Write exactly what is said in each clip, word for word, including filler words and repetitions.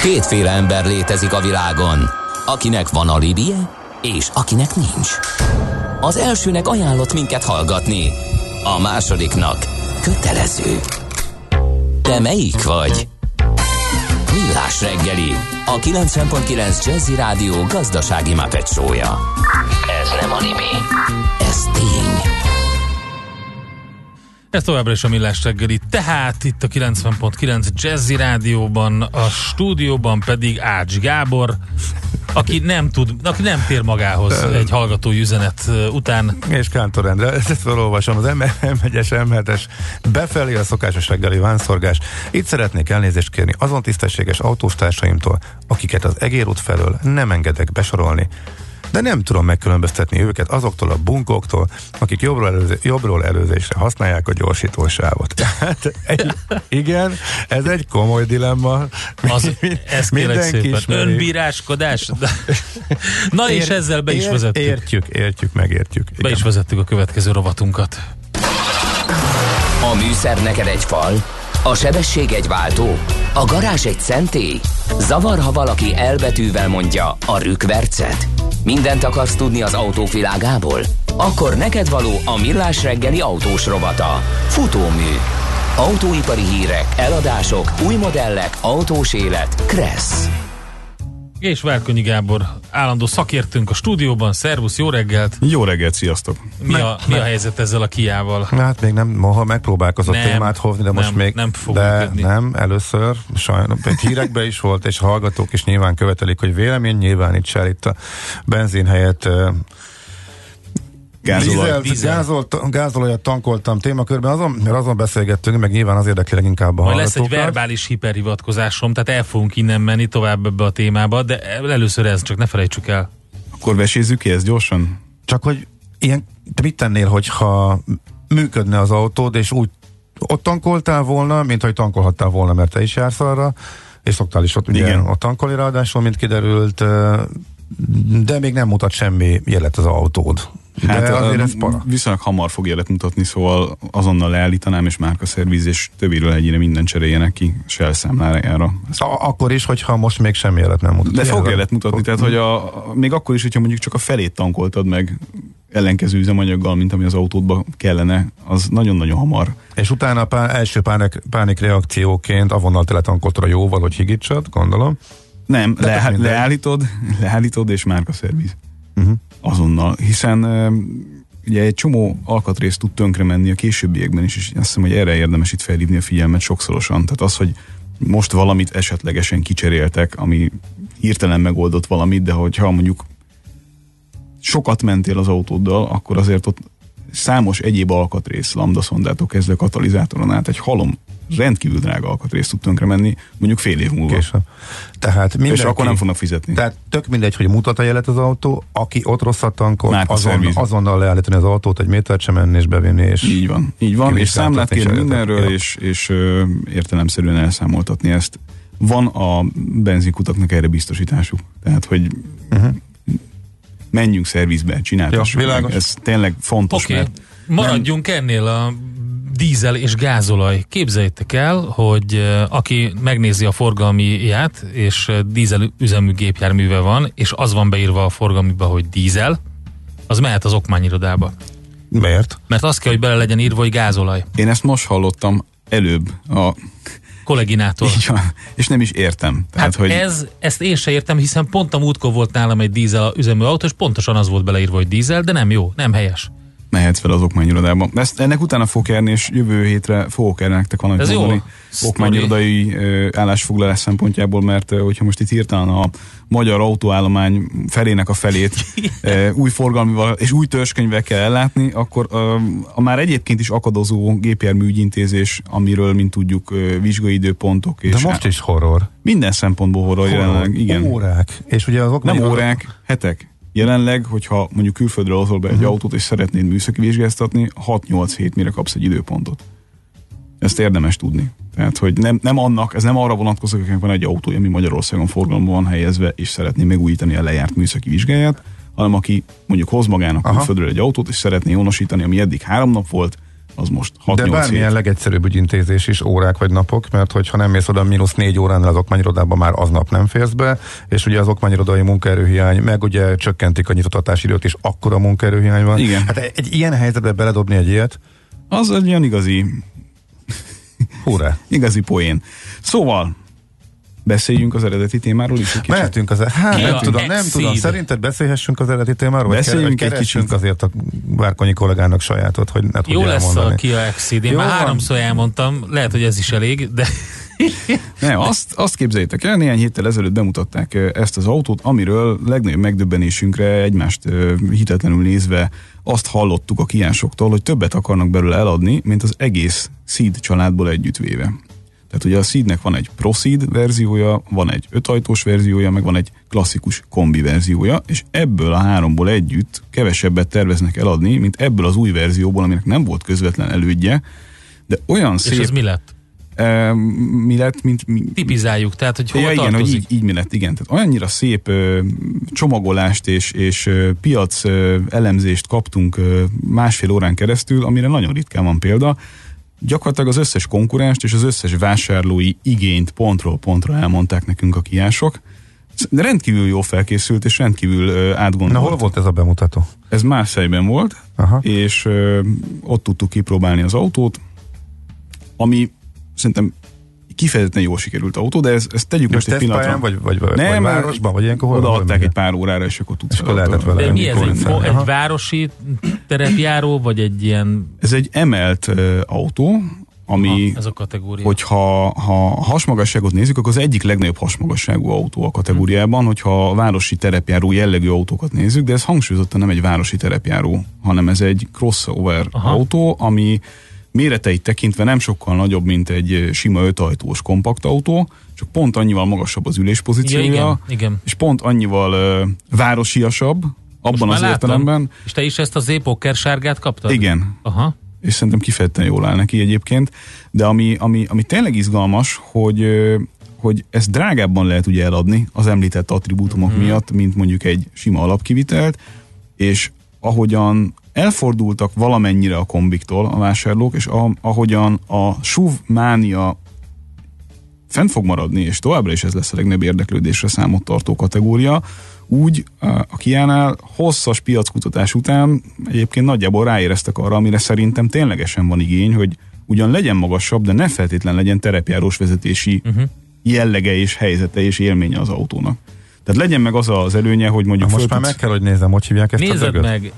Kétféle ember létezik a világon, akinek van alibije, és akinek nincs. Az elsőnek ajánlott minket hallgatni, a másodiknak kötelező. Te melyik vagy? Millás reggeli, a kilencven pont kilenc Jazzy Rádió gazdasági Muppet show-ja. Ez nem anime, ez tény. Ez továbbra is a Millás reggeli, tehát itt a kilencven pont kilenc Jazzy Rádióban, a stúdióban pedig Ács Gábor, aki nem tud, aki nem tér magához egy hallgatói üzenet után. És Kántor Endre, ezt felolvasom, az em egyes em hetes befelé a szokásos reggeli vánszorgás. Itt szeretnék elnézést kérni azon tisztességes autóstársaimtól, akiket az Egér út felől nem engedek besorolni. De nem tudom megkülönböztetni őket azoktól a bunkóktól, akik jobbról, előzé, jobbról előzésre használják a gyorsítósávot. Tehát egy, igen, ez egy komoly dilemma. Az, ez kérlek szépen. Önbíráskodás. Na és Ér, ezzel be is ér, vezettük. Értjük, értjük, megértjük. Igen. Be is vezettük a következő rovatunkat. A műszer neked egy fal, a sebesség egy váltó, a garázs egy szentély. Zavar, ha valaki elbetűvel mondja a rükvercet. Mindent akarsz tudni az autók világából? Akkor neked való a Millás reggeli autós rovata. Futómű. Autóipari hírek, eladások, új modellek, autós élet. Kressz. És Várkonyi Gábor, állandó szakértőnk a stúdióban. Szervusz, jó reggelt! Jó reggelt, sziasztok! Mi, ne, a, mi a helyzet ezzel a Kiával? Hát még nem, moha megpróbálkozott nem, témát hozni, de most nem, még nem fog de működni. Nem, először sajnos, hírekben is volt, és a hallgatók is nyilván követelik, hogy vélemény nyilvánítsál itt a benzin helyett Gázolaj. gázolajat tankoltam témakörben, azon, mert azon beszélgettünk, meg nyilván az érdekli leginkább a Majd lesz egy hallgatókat. verbális hiperhivatkozásom, tehát el fogunk innen menni tovább ebbe a témába, de először ez, csak ne felejtsük el. Akkor vesézzük ki ezt gyorsan? Csak hogy ilyen, te mit tennél, hogyha működne az autód, és úgy ott tankoltál volna, mint hogy tankolhattál volna, mert te is jársz arra, és szoktál is ott, ugye, ott tankolni ráadásul, mint kiderült, de még nem mutat semmi jelet az autód. De Hát azért ez para. Viszonylag hamar fog jelet mutatni, szóval azonnal leállítanám, és márkaszerviz, és többiről egyére minden cseréljenek ki Shell számlájára. A- akkor is, hogyha most még semmi jelet nem mutat. De fog jelet mutatni, tehát hogy a, még akkor is, hogyha mondjuk csak a felét tankoltad meg ellenkező üzemanyaggal, mint ami az autódba kellene, az nagyon-nagyon hamar. És utána a pá- első pánik, pánik reakcióként avonnal teletankoltad a jóval, hogy higítsad, gondolom. Nem, le, leállítod, leállítod, és márkaszerviz. Uh-huh. Azonnal, hiszen ugye egy csomó alkatrészt tud tönkre menni a későbbiekben is, és azt hiszem, hogy erre érdemes itt felhívni a figyelmet sokszorosan. Tehát az, hogy most valamit esetlegesen kicseréltek, ami hirtelen megoldott valamit, de hogyha mondjuk sokat mentél az autóddal, akkor azért ott számos egyéb alkatrész, lambdaszondától kezdve katalizátoron át egy halom rendkívül drága alkatrészt tud tönkre menni, mondjuk fél év múlva. Később. Tehát mindenki, és akkor nem fognak fizetni. Tehát tök mindegy, hogy mutat a jelet az autó, aki ott rosszat tankolt, azon, azonnal leállítani az autót, egy métert sem menni és bevinni. És így van, így van, és számlát kérni mindenről, ja. és, és ö, értelemszerűen elszámoltatni ezt. Van a benzinkutaknak erre biztosításuk. Tehát, hogy uh-huh. menjünk szervizbe, csináltassuk ja, meg. Ez tényleg fontos, okay. mert maradjunk nem... ennél a dízel és gázolaj. Képzeljétek el, hogy uh, aki megnézi a forgalmiát, és uh, dízel üzemű gépjárműve van, és az van beírva a forgalmiba, hogy dízel, az mehet az okmányirodába. Miért? Mert az kell, hogy bele legyen írva, hogy gázolaj. Én ezt most hallottam előbb a kolléginától. Így van, és nem is értem. Tehát, hát hogy... ez, ezt én se értem, hiszen pont a múltkor volt nálam egy dízel üzemű autó, és pontosan az volt beleírva, hogy dízel, de nem jó, nem helyes. Mehetsz fel az okmányirodába. Ezt, ennek utána fogok járni, és jövő hétre fogok erre nektek valamit ez mondani okmányirodai uh, állásfoglalás szempontjából, mert uh, hogyha most itt hirtelen a magyar autóállomány felének a felét uh, új forgalmival és új törzskönyvvel kell ellátni, akkor uh, a már egyébként is akadozó gépjárműügyintézés, amiről, mint tudjuk, uh, vizsgai időpontok. És de most is horror. Minden szempontból horror, horror. jelenleg. Igen. Órák. És ugye az okmányirodai... Nem órák, hetek. Jelenleg, hogyha mondjuk külföldre hozol be egy uh-huh. autót, és szeretnéd műszaki vizsgáztatni, hat-nyolc hét mire kapsz egy időpontot. Ezt érdemes tudni. Tehát, hogy nem, nem annak, ez nem arra vonatkozik, akinek van egy autója, ami Magyarországon forgalomban van helyezve, és szeretné megújítani a lejárt műszaki vizsgáját, hanem aki mondjuk hoz magának külföldről egy autót, és szeretné honosítani, ami eddig három nap volt, az most hat De bármilyen hét. legegyszerűbb ügyintézés is órák vagy napok, mert hogyha nem mész oda mínusz négy óránál az okmányirodában, már aznap nem férsz be, és ugye az okmányirodai munkaerőhiány, meg ugye csökkentik a nyitvatartási időt, és akkor a munkaerőhiány van. Igen. Hát egy ilyen helyzetbe beledobni egy ilyet, Az egy ilyen igazi hurrá. igazi poén. Szóval beszéljünk az eredeti témáról is egy kicsit. Mehetünk az, hát Ki nem a tudom, nem Exceed? tudom, szerinted beszélhessünk az eredeti témáról? Vagy Beszéljünk ker- egy keressünk kicsit. azért a Várkonyi kollégának sajátot, hogy ne Jó tudja lesz elmondani. a Kia Exceed. Én Jó már van. háromszor elmondtam, lehet, hogy ez is elég, de Nem, azt, azt képzeljétek el, néhány héttel ezelőtt bemutatták ö, ezt az autót, amiről legnagyobb megdöbbenésünkre egymást ö, hitetlenül nézve azt hallottuk a kiásoktól, hogy többet akarnak belőle eladni, mint az egész Ceed családból együttvéve. Tehát ugye a Ceednek van egy Pro Ceed verziója, van egy ötajtós verziója, meg van egy klasszikus kombi verziója, és ebből a háromból együtt kevesebbet terveznek eladni, mint ebből az új verzióból, aminek nem volt közvetlen elődje, de olyan szép... és ez mi lett? E, mi lett, mint... Mi, Tipizáljuk, tehát hogy hova ja, igen, tartozik. hogy így, így mi lett, igen. Tehát olyannyira szép ö, csomagolást és, és ö, piac ö, elemzést kaptunk ö, másfél órán keresztül, amire nagyon ritkán van példa. Gyakorlatilag az összes konkurenst és az összes vásárlói igényt pontról pontra elmondták nekünk a kiások. De rendkívül jó felkészült és rendkívül ö, átgondolt. Na, hol volt ez a bemutató? Ez Marseille-ben volt, Aha. és ö, ott tudtuk kipróbálni az autót, ami szerintem kifejezetten jól sikerült autó, de ezt, ezt tegyük most, Most egy tesztpályán, pillanatra. vagy, vagy, Nem, vagy városban, vagy ilyenkor hol? odaadták hol egy pár órára, és akkor tudsz És akkor lehetett vele De mi ez, amikor egy, nem. egy Aha. városi terepjáró, vagy egy ilyen... Ez egy emelt uh, autó, ami, Aha, ez a kategória. hogyha ha hasmagasságot nézzük, akkor az egyik legnagyobb hasmagasságú autó a kategóriában, hogyha a városi terepjáró jellegű autókat nézzük, de ez hangsúlyozottan nem egy városi terepjáró, hanem ez egy crossover Aha. autó, ami méreteit tekintve nem sokkal nagyobb, mint egy sima ötajtós kompakt autó, csak pont annyival magasabb az üléspozíciója, Ja, igen, igen. és pont annyival uh, városiasabb, abban Most az már értelemben. látom. És te is ezt az épokker sárgát kaptad? Igen. Aha. És szerintem kifejezetten jól áll neki egyébként, de ami, ami, ami tényleg izgalmas, hogy, ö, hogy ezt drágábban lehet ugye eladni az említett attribútumok hmm. miatt, mint mondjuk egy sima alapkivitelt, és ahogyan elfordultak valamennyire a kombiktól a vásárlók, és a, ahogyan a es u vé mánia fent fog maradni, és továbbra is ez lesz a legnagyobb érdeklődésre számot tartó kategória, úgy a Kiánál hosszas piackutatás után egyébként nagyjából ráéreztek arra, amire szerintem ténylegesen van igény, hogy ugyan legyen magasabb, de ne feltétlen legyen terepjárós vezetési uh-huh. jellege és helyzete és élménye az autónak. Tehát legyen meg az az előnye, hogy mondjuk... Na most már tudsz... meg kell, hogy nézzem, hogy hívják ezt Nézed a dögöt? meg,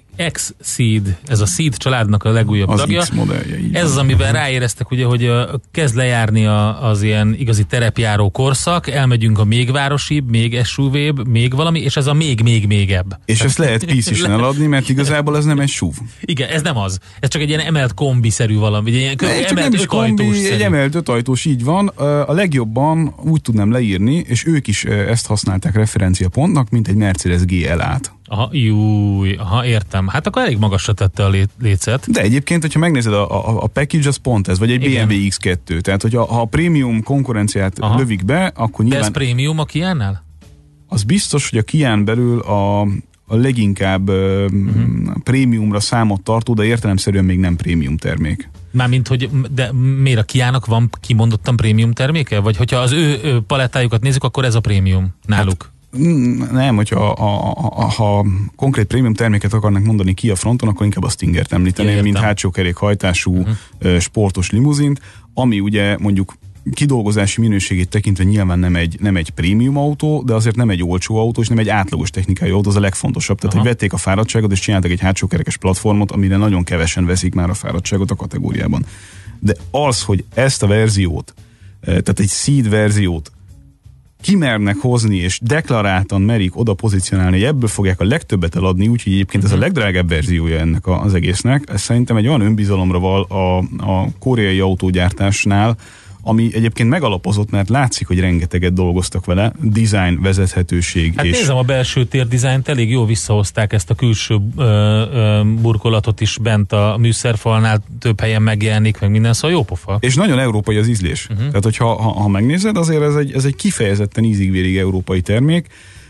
X-Seed, ez a Seed családnak a legújabb Az tagja. X modellje, így Ez van. az, amiben ráéreztek, ugye, hogy uh, kezd lejárni a, az ilyen igazi terepjáró korszak, elmegyünk a még városibb, még es u vé-bb, még valami, és ez a még-még-mégebb. És ezt lehet pé cé-sen eladni, mert igazából ez nem egy es u vé. Igen, ez nem az. Ez csak egy ilyen emelt kombi-szerű valami, egy ilyen kö- Egy, csak emelt nem is kombi, ötajtós-szerű. egy emelt ötajtós, így van. A legjobban úgy tudnám leírni, és ők is ezt használták referenciapontnak, mint egy Mercedes gé el á-t. Aha, júj, aha, értem. Hát akkor elég magasra tette a lé- lécet. De egyébként, hogyha megnézed a, a, a package, az pont ez, vagy egy Igen. bé em vé iksz kettő. Tehát, hogyha ha a prémium konkurenciát Aha. lövik be, akkor De nyilván ez prémium a Kiánál? az biztos, hogy a Kián belül a, a leginkább uh-huh. prémiumra számot tartó, de értelemszerűen még nem prémium termék. Mármint, hogy de miért a Kiának van kimondottan prémium terméke? Vagy hogyha az ő, ő palettájukat nézzük, akkor ez a prémium náluk? Hát, Nem, hogyha a, a, a, ha konkrét prémium terméket akarnak mondani ki a fronton, akkor inkább a Stingert említeném, Ja, mint értem. hátsó kerékhajtású Uh-huh. sportos limuzint, ami ugye mondjuk kidolgozási minőségét tekintve nyilván nem egy, nem egy prémium autó, de azért nem egy olcsó autó, és nem egy átlagos technikai autó, az a legfontosabb. Tehát, Aha. hogy vették a fáradtságot, és csináltak egy hátsó kerekes platformot, amire nagyon kevesen veszik már a fáradtságot a kategóriában. De az, hogy ezt a verziót, tehát egy Ceed verziót kimernek hozni, és deklaráltan merik oda pozícionálni, hogy ebből fogják a legtöbbet eladni, úgyhogy egyébként ez a legdrágább verziója ennek a, az egésznek. Ez szerintem egy olyan önbizalomra val a, a koreai autógyártásnál, ami egyébként megalapozott, mert látszik, hogy rengeteget dolgoztak vele, design, vezethetőség. hát és nézem a belső térdizájnt, elég jól visszahozták ezt a külső ö, ö, burkolatot is bent a műszerfalnál, több helyen megjelenik, meg minden, szóval jó pofa. És nagyon európai az ízlés. Uh-huh. Tehát, hogyha ha, ha megnézed, azért ez egy, ez egy kifejezetten ízig-vérig európai termék,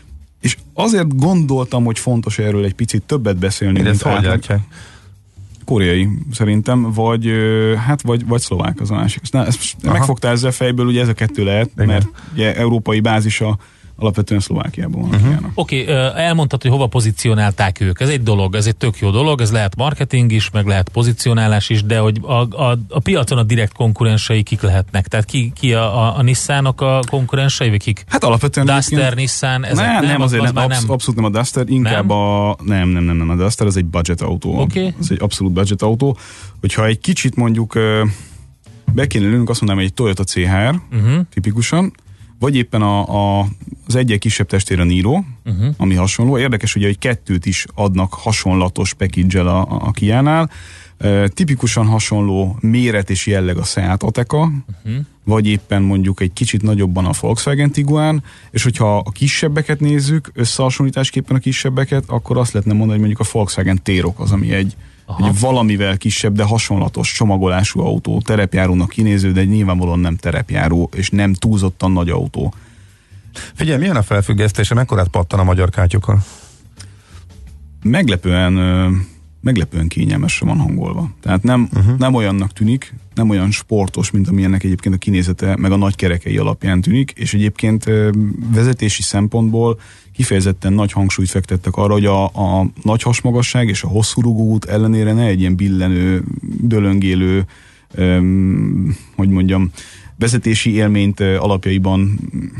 és azért gondoltam, hogy fontos erről egy picit többet beszélni, Én mint ezt hogy átlag. látják? koreai szerintem, vagy hát vagy, vagy szlovák az a másik. Na, ezt megfogtál ezzel fejből, ugye ez a kettő lehet, igen. Mert ugye európai bázisa alapvetően Szlovákiában van. Uh-huh. Oké, okay, elmondtad, hogy hova pozícionálták ők. Ez egy dolog, ez egy tök jó dolog, ez lehet marketing is, meg lehet pozícionálás is, de hogy a, a, a piacon a direkt konkurensei kik lehetnek? Tehát ki, ki a, a, a Nissanok a konkurensei, vagy kik? Hát alapvetően... Duster, ilyen... Nissan, ezek nem? Nem, azért az nem, absz- nem. abszolút nem a Duster, inkább nem? a... Nem, nem, nem, nem, a Duster az egy budget autó. Okay. Ez egy abszolút budget autó. Hogyha egy kicsit mondjuk be kéne lőnünk, azt mondanám, hogy egy Toyota cé há er, uh-huh. tipikusan, vagy éppen a, a, az egyik kisebb testvére a Niro, uh-huh. ami hasonló. Érdekes ugye, hogy kettőt is adnak hasonlatos package-el a, a Kia-nál. E, tipikusan hasonló méret és jelleg a Seat Ateca, uh-huh. vagy éppen mondjuk egy kicsit nagyobban a Volkswagen Tiguan, és hogyha a kisebbeket nézzük, összehasonlításképpen a kisebbeket, akkor azt lehetne mondani, hogy mondjuk a Volkswagen T-Roc az, ami egy egy valamivel kisebb, de hasonlatos csomagolású autó, terepjárónak kinéző, de nyilvánvalóan nem terepjáró, és nem túlzottan nagy autó. Figyelj, milyen a felfüggesztése, mekkorát pattan a magyar kátyukon? Meglepően, meglepően kényelmesre van hangolva. Tehát nem, uh-huh. nem olyannak tűnik, nem olyan sportos, mint amilyennek egyébként a kinézete, meg a nagy kerekei alapján tűnik, és egyébként vezetési szempontból kifejezetten nagy hangsúlyt fektettek arra, hogy a, a nagy hasmagasság és a hosszú rugóút ellenére ne egy ilyen billenő, dölöngélő, öm, hogy mondjam, vezetési élményt alapjaiban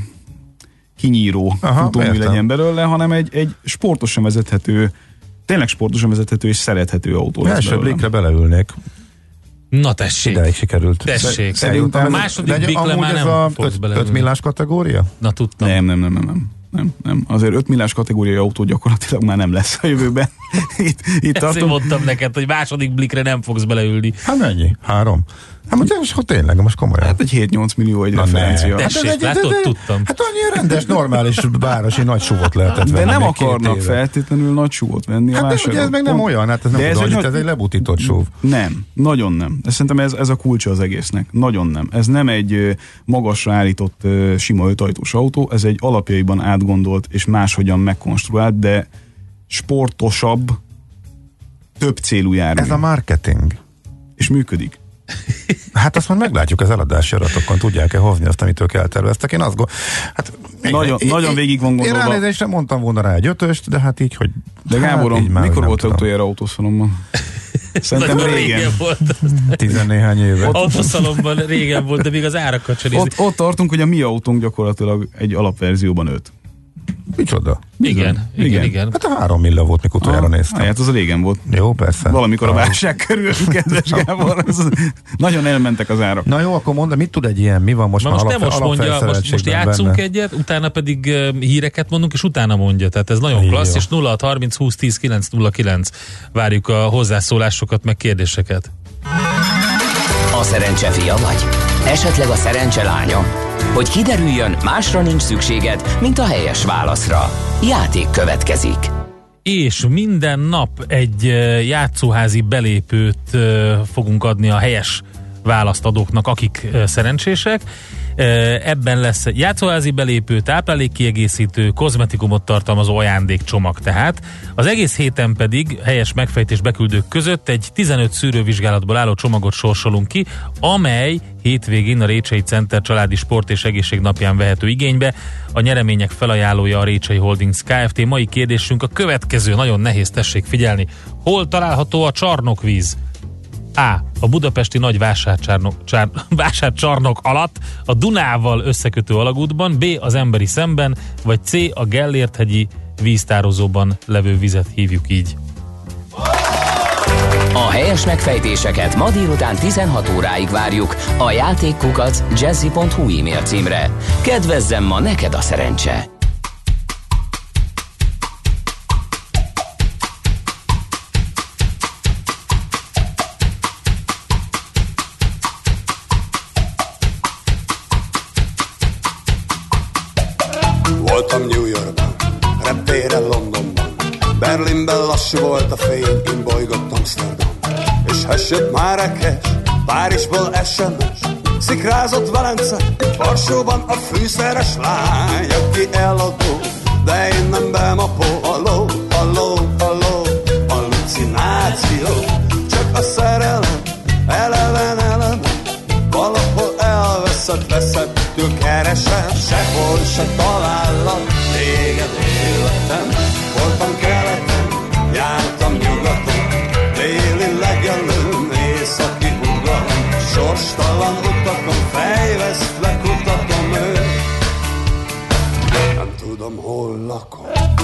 kinyíró futómű legyen belőle, hanem egy, egy sportosan vezethető, tényleg sportosan vezethető és szerethető autó lesz belőle. Első blikre beleülnék. Na tessék. Ideig sikerült. Tessék. Szerintem a második blikre már nem fogsz beleülni. öt millás kategória? Na tudtam. Nem, nem, nem, nem, nem. Nem, nem. Azért öt millás kategóriai autó gyakorlatilag már nem lesz a jövőben. itt, itt Ezt én mondtam neked, hogy második blikre nem fogsz beleülni. Hát mennyi? Három? Hát most, most tényleg, most komolyan. Hát egy hét-nyolc millió egy referencia. Tessék, hát látod, egy, tudtam. Hát annyi rendes, normális városi nagy súvot lehetett de venni. De nem akarnak feltétlenül nagy súvot venni. Hát de ugye ez meg nem olyan, hát ez nem tudom, hogy ez egy lebutított súv. Nem, nagyon nem. De szerintem ez, ez a kulcsa az egésznek. Nagyon nem. Ez nem egy magasra állított sima ötajtós autó, ez egy alapjaiban átgondolt és máshogyan megkonstruált, de sportosabb, több célú jármű. Ez a marketing. És működik. Hát azt már meglátjuk az eladási adatokon, tudják-e hozni azt, amit ők elterveztek. Én azt gondolom, hát nagyon, én, nagyon végig van gondolva. Én ránézésre mondtam volna rá egy ötöst, de hát így, hogy... De Gáborom, hát mikor volt autójára autószalomban? Szerintem régen. régen volt. Tizennéhány éve. Autószalomban régen volt, de még az árakat sem ott, ott tartunk, hogy a mi autónk gyakorlatilag egy alapverzióban öt. Micsoda? Igen, igen, igen, igen. Hát a három milla volt, mikor utoljára néztem. Hát az a régen volt. Jó, persze. Valamikor a válság körül, kedves Gábor. Nagyon elmentek az árak. Na jó, akkor mondd, mit tud egy ilyen? Mi van most Ma már most alap, nem most mondja, most, most játszunk benne. Egyet, utána pedig uh, híreket mondunk, és utána mondja. Tehát ez nagyon klassz, és nulla hat harminc húsz tíz kilenc nulla kilenc. Várjuk a hozzászólásokat, meg kérdéseket. A szerencse fia vagy? Esetleg a szerencse lánya? Hogy kiderüljön, másra nincs szükséged, mint a helyes válaszra. Játék következik. És minden nap egy játszóházi belépőt fogunk adni a helyes választadóknak, akik szerencsések. Ebben lesz játszóházi belépő, táplálékkiegészítő, kozmetikumot tartalmazó ajándékcsomag tehát. Az egész héten pedig helyes megfejtés beküldők között egy tizenöt szűrővizsgálatból álló csomagot sorsolunk ki, amely hétvégén a Récsei Center családi sport és egészség napján vehető igénybe. A nyeremények felajánlója a Récsei Holdings Kft. Mai kérdésünk a következő, nagyon nehéz, tessék figyelni. Hol található a csarnokvíz? A. A budapesti nagy vásárcsarnok, csár, vásárcsarnok alatt, a Dunával összekötő alagútban, B. az Emberi Szemben, vagy C. a Gellért-hegyi víztározóban levő vizet hívjuk így. A helyes megfejtéseket ma délután tizenhat óráig várjuk a játékkukac jazzy pont hu e-mail címre. Kedvezzem ma neked a szerencse! Voltam New Yorkban, reptéren Londonban, Berlinben lassú volt a fény, én bolygott Amsterdam. És hessett Márekes, Párizsból es em es, szikrázott Velence, Varsóban a fűszeres lány, aki eladó, de én nem bemapó. Halló, halló, halló, hallucináció, csak a a szerelem, eleven, eleven, valahol elveszett, veszettől keresem, sehol se talállak téged életem. Voltam keleten, jártam nyugaton, déli legelőn, északi ugalom, sorstalan utakon, fejvesztve kutatom őt, nem tudom, hol lakom.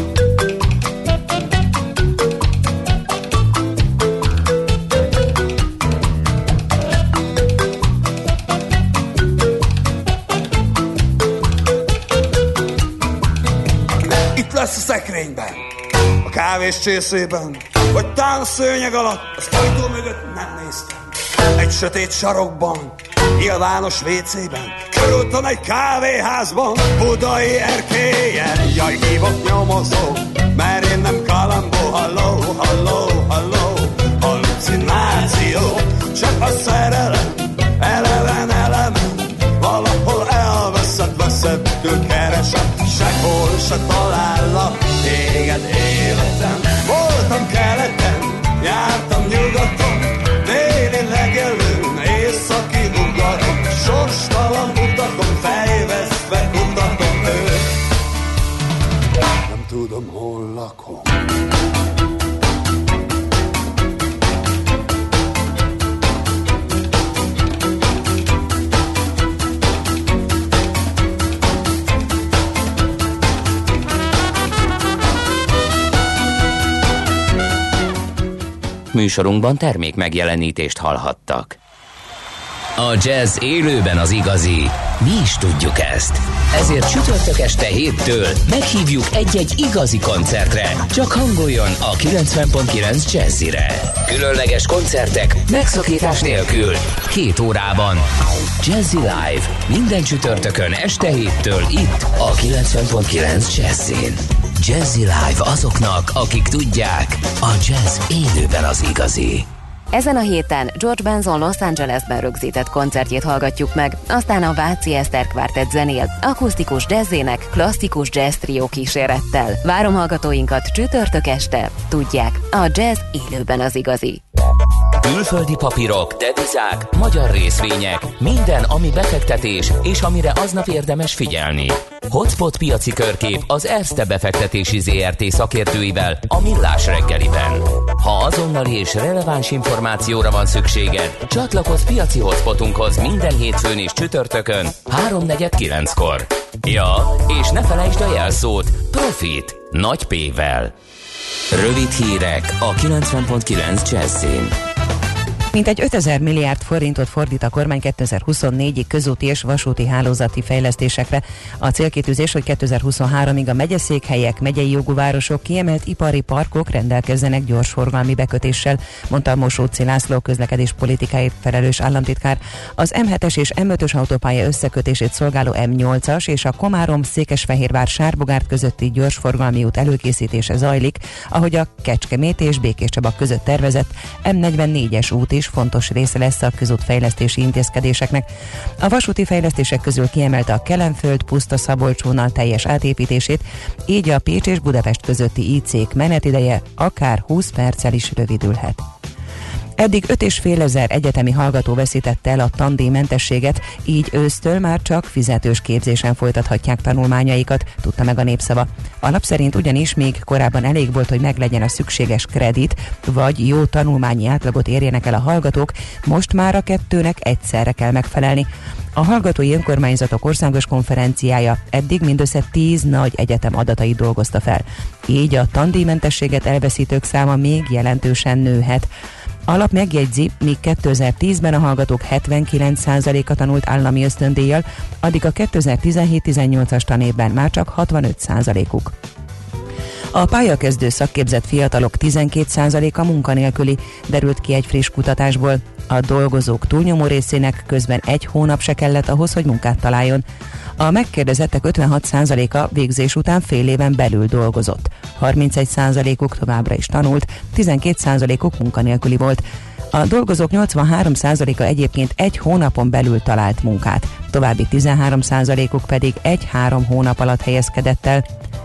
Lesz a szekrényben, a kávés csészében, vagy tán a szőnyeg alatt, az ajtó mögött nem néztem. Egy sötét sarokban, nyilvános vécében, körültem egy kávéházban, budai erkélyen. Jaj, hívok nyomozó, mert én nem kalambó. Halló, halló, halló, hallucináció, csak a szerelem, eleven, eleven, valahol elveszett, veszettől keresem, sehol se talállak téged életem. Voltam keleten, jártam nyugaton, déli legelőn, északi ugaron, sorstalan utakon, fejvesztve kutatom őt, nem tudom, hol lakom. Műsorunkban termék megjelenítést hallhattak. A jazz élőben az igazi. Mi is tudjuk ezt. Ezért csütörtök este héttől meghívjuk egy-egy igazi koncertre. Csak hangoljon a kilencven pont kilenc Jazzire. Különleges koncertek megszakítás nélkül. Két órában. Jazzy Live. Minden csütörtökön este héttől itt a kilencven pont kilenc Jazzin. Jazzy Live azoknak, akik tudják, a jazz élőben az igazi. Ezen a héten George Benson Los Angelesben rögzített koncertjét hallgatjuk meg, aztán a Váci Eszter Quartet zenél, akusztikus jazzének, klasszikus jazz trió kísérettel. Várom hallgatóinkat csütörtök este, tudják, a jazz élőben az igazi. Külföldi papírok, devizák, magyar részvények, minden, ami befektetés, és amire aznap érdemes figyelni. Hotspot piaci körkép az Erste befektetési zé er té szakértőivel a Millás reggeliben. Ha azonnali és releváns információra van szükséged, csatlakozz piaci hotspotunkhoz minden hétfőn és csütörtökön háromnegyed kilenckor. Ja, és ne felejtsd a jelszót Profit nagy P-vel. Rövid hírek a kilencven pont kilenc Jazzin. Mintegy ötezer milliárd forintot fordít a kormány kétezer-huszonnégyig közúti és vasúti hálózati fejlesztésekre. A célkitűzés, hogy kétezer-huszonháromig a megyeszékhelyek, megyei jogú városok, kiemelt ipari parkok rendelkezzenek gyorsforgalmi bekötéssel, mondta Mosóczy László közlekedés politikáért felelős államtitkár. Az em hetes és em ötös autópálya összekötését szolgáló em nyolcas és a Komárom-Székesfehérvár-Sárbogárd közötti gyorsforgalmi út előkészítése zajlik, ahogy a Kecskemét és Békéscsaba között tervezett em negyvennégyes út is fontos része lesz a közútfejlesztési intézkedéseknek. A vasúti fejlesztések közül kiemelte a Kelenföld-Puszta-Szabolcs vonal teljes átépítését, így a Pécs és Budapest közötti í cék menetideje akár húsz perccel is rövidülhet. Eddig öt és fél ezer egyetemi hallgató veszítette el a tandíjmentességet, így ősztől már csak fizetős képzésen folytathatják tanulmányaikat, tudta meg a Népszava. A lap szerint ugyanis még korábban elég volt, hogy meglegyen a szükséges kredit, vagy jó tanulmányi átlagot érjenek el a hallgatók, most már a kettőnek egyszerre kell megfelelni. A Hallgatói Önkormányzatok Országos Konferenciája eddig mindössze tíz nagy egyetem adatait dolgozta fel. Így a tandíjmentességet elveszítők száma még jelentősen nőhet. A lap megjegyzi, míg kétezer-tízben a hallgatók hetvenkilenc százaléka tanult állami ösztöndíjjal, addig a kétezer-tizenhét-tizennyolcas tanévben már csak hatvanöt százalékuk. A pályakezdő szakképzett fiatalok tizenkét százaléka munkanélküli, derült ki egy friss kutatásból. A dolgozók túlnyomó részének közben egy hónap se kellett ahhoz, hogy munkát találjon. A megkérdezettek ötvenhat százaléka végzés után fél éven belül dolgozott. harmincegy százalékuk továbbra is tanult, tizenkét százalékuk munkanélküli volt. A dolgozók nyolcvanhárom százaléka egyébként egy hónapon belül talált munkát, további tizenhárom százalékuk pedig egy-három hónap alatt helyezkedett el.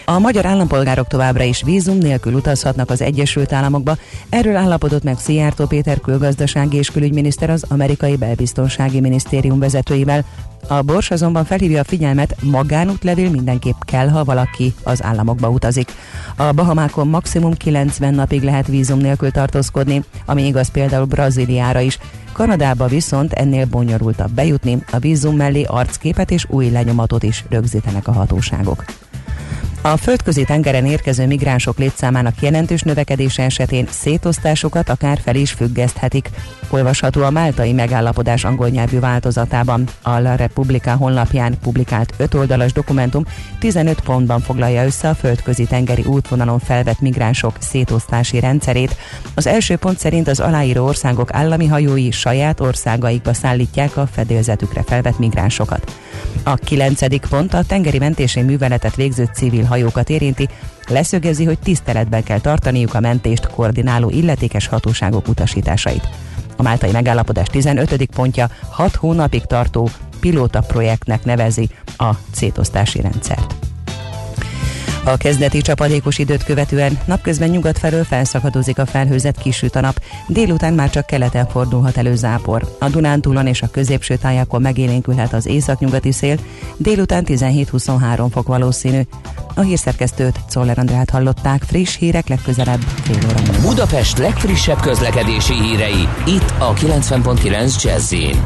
A magyar állampolgárok továbbra is vízum nélkül utazhatnak az Egyesült Államokba. Erről állapodott meg Szijjártó Péter külgazdasági és külügyminiszter az amerikai belbiztonsági minisztérium vezetőivel. A Bors azonban felhívja a figyelmet, magánútlevél mindenképp kell, ha valaki az államokba utazik. A Bahamákon maximum kilencven napig lehet vízum nélkül tartózkodni, ami igaz például Brazíliára is. Kanadába viszont ennél bonyolultabb bejutni, a vízum mellé arcképet és új lenyomatot is rögzítenek a hatóságok. A földközi tengeren érkező migránsok létszámának jelentős növekedése esetén szétosztásokat akár fel is függeszthetik. Olvasható a máltai megállapodás angol nyelvű változatában. A La Repubblica honlapján publikált öt oldalas dokumentum tizenöt pontban foglalja össze a földközi tengeri útvonalon felvett migránsok szétosztási rendszerét. Az első pont szerint az aláíró országok állami hajói saját országaikba szállítják a fedélzetükre felvett migránsokat. A kilencedik pont a tengeri mentési műveletet végző civil hajókat érinti, leszögezi, hogy tiszteletben kell tartaniuk a mentést koordináló illetékes hatóságok utasításait. A máltai megállapodás tizenötödik pontja hat hónapig tartó pilóta projektnek nevezi a szétosztási rendszert. A kezdeti csapadékos időt követően napközben nyugat felől felszakadozik a felhőzet, kisüt a nap, délután már csak keleten fordulhat elő zápor. A Dunántúlon és a középső tájakon megélénkülhet az északnyugati szél, délután tizenhét-huszonhárom fok valószínű. A hírszerkesztőt, Czoller Andrát hallották, friss hírek legközelebb fél óra múlva. Budapest legfrissebb közlekedési hírei, itt a kilencven pont kilenc Jazz-in.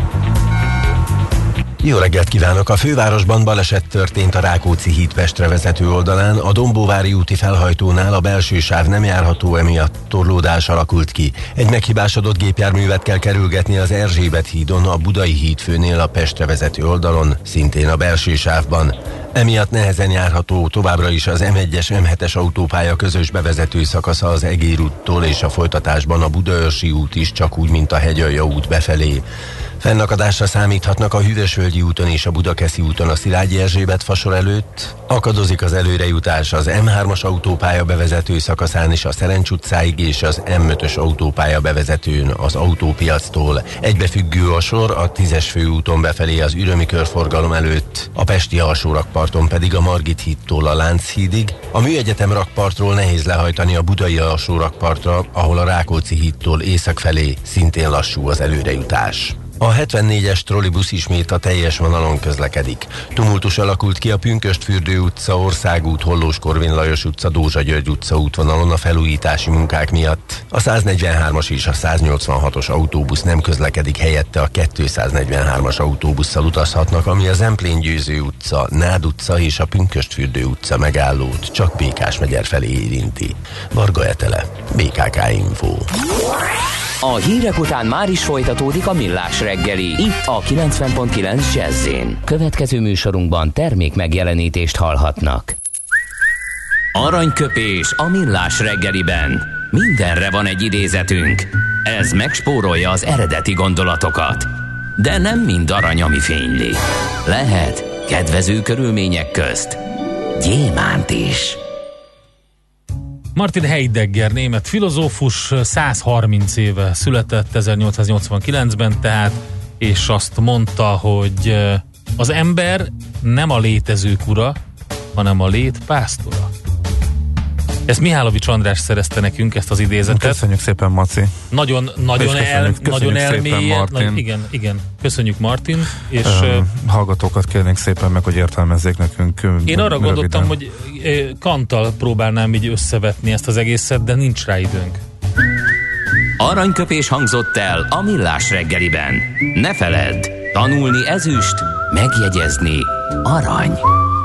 Jó reggelt kívánok! A fővárosban baleset történt a Rákóczi híd Pestre vezető oldalán. A Dombóvári úti felhajtónál a belső sáv nem járható, emiatt torlódás alakult ki. Egy meghibásodott gépjárművet kell kerülgetni az Erzsébet hídon, a Budai hídfőnél a Pestre vezető oldalon, szintén a belső sávban. Emiatt nehezen járható továbbra is az em egyes em hetes autópálya közös bevezető szakasza az Egér úttól, és a folytatásban a Budaörsi út is, csak úgy, mint a Hegyalja út befelé. Fennakadásra számíthatnak a Hűvösvölgyi úton és a Budakeszi úton a Szilágyi Erzsébet fasor előtt. Akadozik az előrejutás az em hármas autópálya bevezető szakaszán is a Szerencs utcáig, és az em ötös autópálya bevezetőn az Autópiactól. Egybefüggő a sor a tízes főúton befelé az Ürömi körforgalom előtt, a pesti alsórakparton pedig a Margit hídtól a Lánchídig. A Műegyetem rakpartról nehéz lehajtani a budai alsórakpartra, ahol a Rákóczi hídtól észak felé szintén lassú az előrejutás. A hetvennégyes trollibusz ismét a teljes vonalon közlekedik. Tumultus alakult ki a Pünkösdfürdő utca, Országút, Hollós Korvin Lajos utca, Dózsa György utca útvonalon a felújítási munkák miatt. A száznegyvenhármas és a száznyolcvanhatos autóbusz nem közlekedik, helyette a kétszáznegyvenhármas autóbusszal utazhatnak, ami a Zemplén-Győző utca, Nád utca és a Pünkösdfürdő utca megállót csak Békásmegyer felé érinti. Varga Etele, bé ká ká Info. A hírek után már is folytatódik a Millás reggeli, itt a kilencven pont kilenc Jazz-in. Következő műsorunkban termék megjelenítést hallhatnak. Aranyköpés a Millás reggeliben. Mindenre van egy idézetünk. Ez megspórolja az eredeti gondolatokat. De nem mind arany, ami fényli. Lehet kedvező körülmények közt gyémánt is. Martin Heidegger, német filozófus, százharminc éve született, ezernyolcszáznyolcvankilencben tehát, és azt mondta, hogy az ember nem a létezők ura, hanem a lét pásztora. Ezt Mihálovics András szerezte nekünk, ezt az idézetet. Köszönjük szépen, Maci. Nagyon, nagyon, köszönjük, el, köszönjük nagyon elmélyen. Martin. Igen, igen. Köszönjük, Martin. És um, hallgatókat kérnénk szépen meg, hogy értelmezzék nekünk. Én arra röviden. gondoltam, hogy Kanttal próbálnám így összevetni ezt az egészet, de nincs rá időnk. Aranyköpés hangzott el a Millás reggeliben. Ne feledd, tanulni ezüst, megjegyezni arany.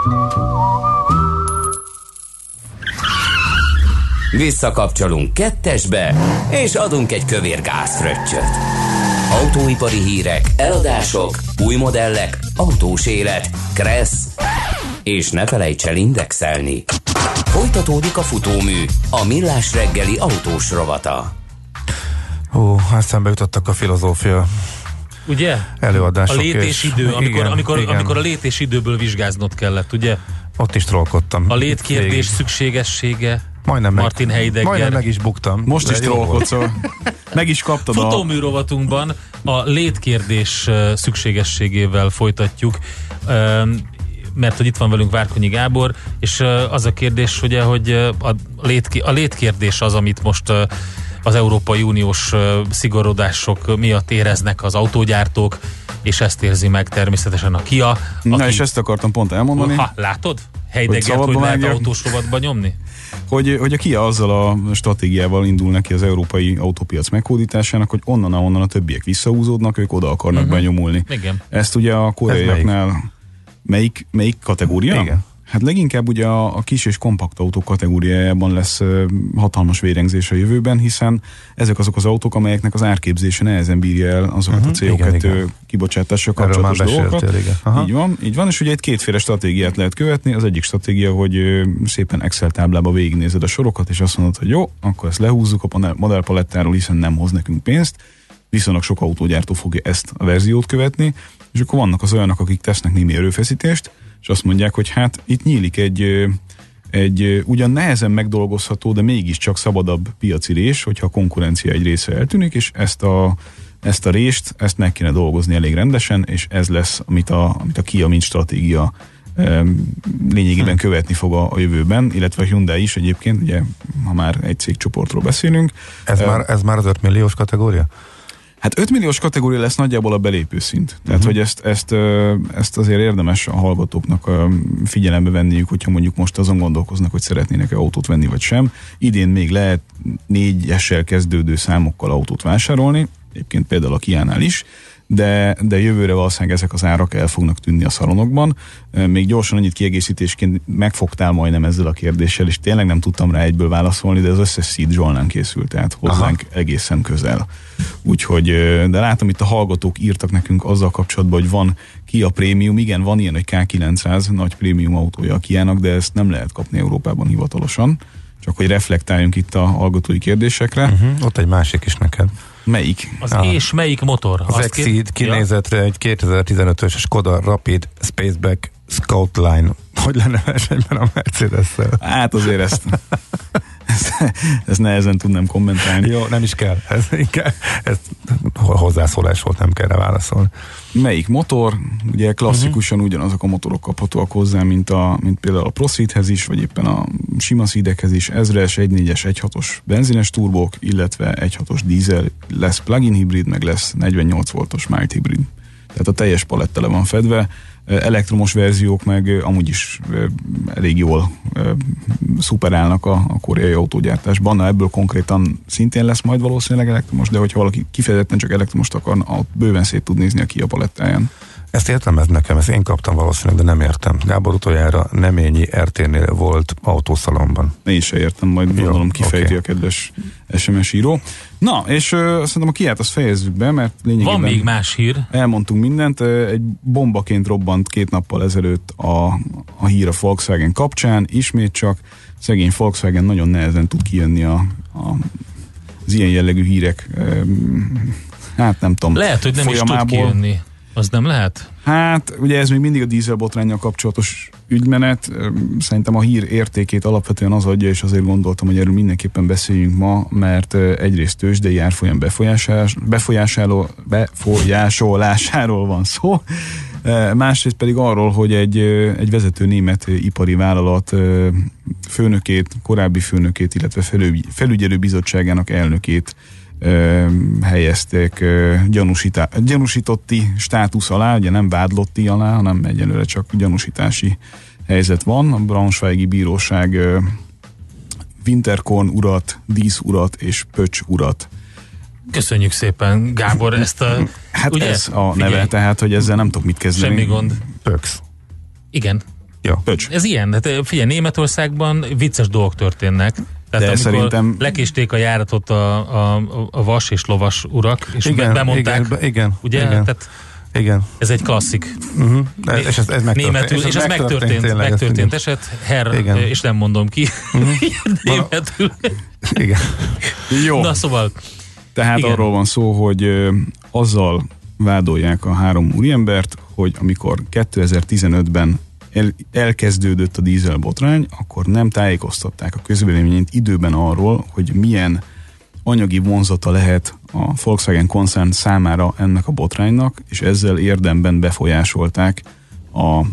Visszakapcsolunk kettesbe, és adunk egy kövér gázfröccsöt. Autóipari hírek, eladások, új modellek, autós élet, kressz, és ne felejts el indexelni. Folytatódik a futómű, a Millás reggeli autós rovata. Hú, eszembe jutottak a filozófia ugye? előadások. A lét és idő, amikor, igen, amikor, igen. amikor a lét és időből vizsgáznod kellett, ugye? Ott is trollkodtam. A létkérdés szükségessége. Majdnem meg, Martin Heidegger. Majdnem meg is buktam. Most is trollkodsz, meg is kaptad a... Futómű rovatunkban a létkérdés szükségességével folytatjuk. mert hogy itt van velünk Várkonyi Gábor, és az a kérdés, ugye, hogy a, lét, a létkérdés az, amit most az Európai Uniós szigorodások miatt éreznek az autógyártók, és ezt érzi meg természetesen a Kia. Na aki, és ezt akartam pont elmondani. Ha, látod? Heideggert, hogy, hogy lehet autós rovatba nyomni? Hogy, hogy a Kia azzal a stratégiával indul neki az európai autópiac meghódításának, hogy onnan, onnan a többiek visszahúzódnak, ők oda akarnak uh-huh. benyomulni. Igen. Ezt ugye a koreaiaknál melyik? melyik, melyik kategória? Igen. Hát leginkább ugye a, a kis és kompakt autó kategóriájában lesz uh, hatalmas vérengzés a jövőben, hiszen ezek azok az autók, amelyeknek az árképzése nehezen bírja el azokat uh-huh. a cé o kettő kibocsátással kapcsolatos dolgokat. Így van, így van, és ugye egy kétféle stratégiát lehet követni. Az egyik stratégia, hogy uh, szépen Excel táblába végignézed a sorokat, és azt mondod, hogy jó, akkor ezt lehúzzuk a modellpalettáról, hiszen nem hoz nekünk pénzt. Viszonylag sok autógyártó fogja ezt a verziót követni, és akkor vannak az olyanok, akik tesznek némi erőfeszítést, és azt mondják, hogy hát itt nyílik egy, egy ugyan nehezen megdolgozható, de mégiscsak szabadabb piaci rés, hogyha a konkurencia egy része eltűnik, és ezt a, ezt a rést, ezt meg kéne dolgozni elég rendesen, és ez lesz, amit a, amit a Kia mint stratégia lényegében követni fog a, a jövőben, illetve a Hyundai is egyébként, ugye, ha már egy cégcsoportról beszélünk. Ez, uh, már, ez már az öt milliós kategória? Hát öt milliós kategória lesz nagyjából a belépőszint. Tehát, uh-huh. hogy ezt, ezt, ezt azért érdemes a hallgatóknak figyelembe venniük, hogyha mondjuk most azon gondolkoznak, hogy szeretnének-e autót venni, vagy sem. Idén még lehet négyessel kezdődő számokkal autót vásárolni, egyébként például a Kiánál is, de, de jövőre valószínűleg ezek az árak el fognak tűnni a szalonokban. Még gyorsan annyit kiegészítésként megfogtál majdnem ezzel a kérdéssel, és tényleg nem tudtam rá egyből válaszolni, de az összes szíd Zsolnán készült, tehát hozzánk Aha. egészen közel. Úgyhogy, de látom, itt a hallgatók írtak nekünk azzal kapcsolatban, hogy van Kia Prémium, igen, van ilyen, hogy ká kilencszáz nagy prémium autója a Kiának, de ezt nem lehet kapni Európában hivatalosan. Csak hogy reflektáljunk itt a hallgatói kérdésekre. Uh-huh. Ott egy másik is neked. Melyik? Az ah. és melyik motor? Az Exceed kinézetre ja. egy kétezer-tizenötös Skoda Rapid Spaceback Scoutline. Hogy lenne versenyben a Mercedes-szel? Hát azért ezt, ezt, ezt nehezen tudnám kommentálni. Jó, nem is kell. Ez, inkább, ez hozzászólás volt, nem kell rá válaszolni. Melyik motor? Ugye klasszikusan uh-huh. ugyanazok a motorok kaphatóak hozzá, mint, a, mint például a ProSeedhez is, vagy éppen a sima Seedekhez is. ezres, egy négyes, egy hatos benzines turbók, illetve egy hatos dízel, lesz plug-in hibrid, meg lesz negyvennyolc voltos mild hibrid. Tehát a teljes paletta le van fedve. Elektromos verziók meg amúgy is elég jól szuperálnak a, a koreai autógyártásban. Na, ebből konkrétan szintén lesz majd valószínűleg elektromos, de hogyha valaki kifejezetten csak elektromost akar, ott bőven szét tud nézni a Kia palettáján. Ezt értem, ez nekem, ezt én kaptam valószínűleg, de nem értem. Gábor utoljára Neményi er té-nél volt autószalomban. Én se értem, majd Jó, gondolom kifejti okay. a kedves es em es író. Na, és uh, szerintem a Kiát azt fejezzük be, mert lényegében... Van még más hír. Elmondtunk mindent. Egy bombaként robbant két nappal ezelőtt a, a hír a Volkswagen kapcsán. Ismét csak szegény Volkswagen nagyon nehezen tud kijönni a, a, az ilyen jellegű hírek. Hát nem tudom. Lehet, hogy nem folyamából. Is tud kijönni. Az nem lehet? Hát, ugye ez még mindig a dízelbotránnyal kapcsolatos ügymenet. Szerintem a hír értékét alapvetően az adja, és azért gondoltam, hogy erről mindenképpen beszéljünk ma, mert egyrészt tőzsdei árfolyam befolyásoló, befolyásolásáról van szó, másrészt pedig arról, hogy egy, egy vezető német ipari vállalat főnökét, korábbi főnökét, illetve felügyelő bizottságának elnökét helyezték gyanúsítotti státusz alá, ugye nem vádlotti alá, hanem egyelőre csak gyanúsítási helyzet van. A Braunschweigi bíróság Winterkorn urat, Dísz urat és Pöcs urat. Köszönjük szépen, Gábor, ezt a... Hát ugye? Ez a neve, Figyelj. Tehát, hogy ezzel nem tudok mit kezdeni. Semmi gond. Pöx. Igen. Ja. Pöcs. Ez ilyen, hát figyelj, Németországban vicces dolgok történnek. Tehát de amikor szerintem... lekésték a járatot a, a, a vas és lovas urak, és igen, bemondták, igen, igen, ugye? Igen. Tehát igen. ez egy klasszik. Uh-huh. Ez, és ez, ez megtörtént. Németül, és ez, és ez megtörtént, megtörtént, megtörtént eset, herr, igen. És nem mondom ki. Uh-huh. Németül. Igen. Jó. Na szóval. Tehát igen. Arról van szó, hogy ö, azzal vádolják a három úriembert, hogy amikor kétezer-tizenötben El, elkezdődött a dízelbotrány, akkor nem tájékoztatták a közvéleményt időben arról, hogy milyen anyagi vonzata lehet a Volkswagen koncern számára ennek a botránynak, és ezzel érdemben befolyásolták a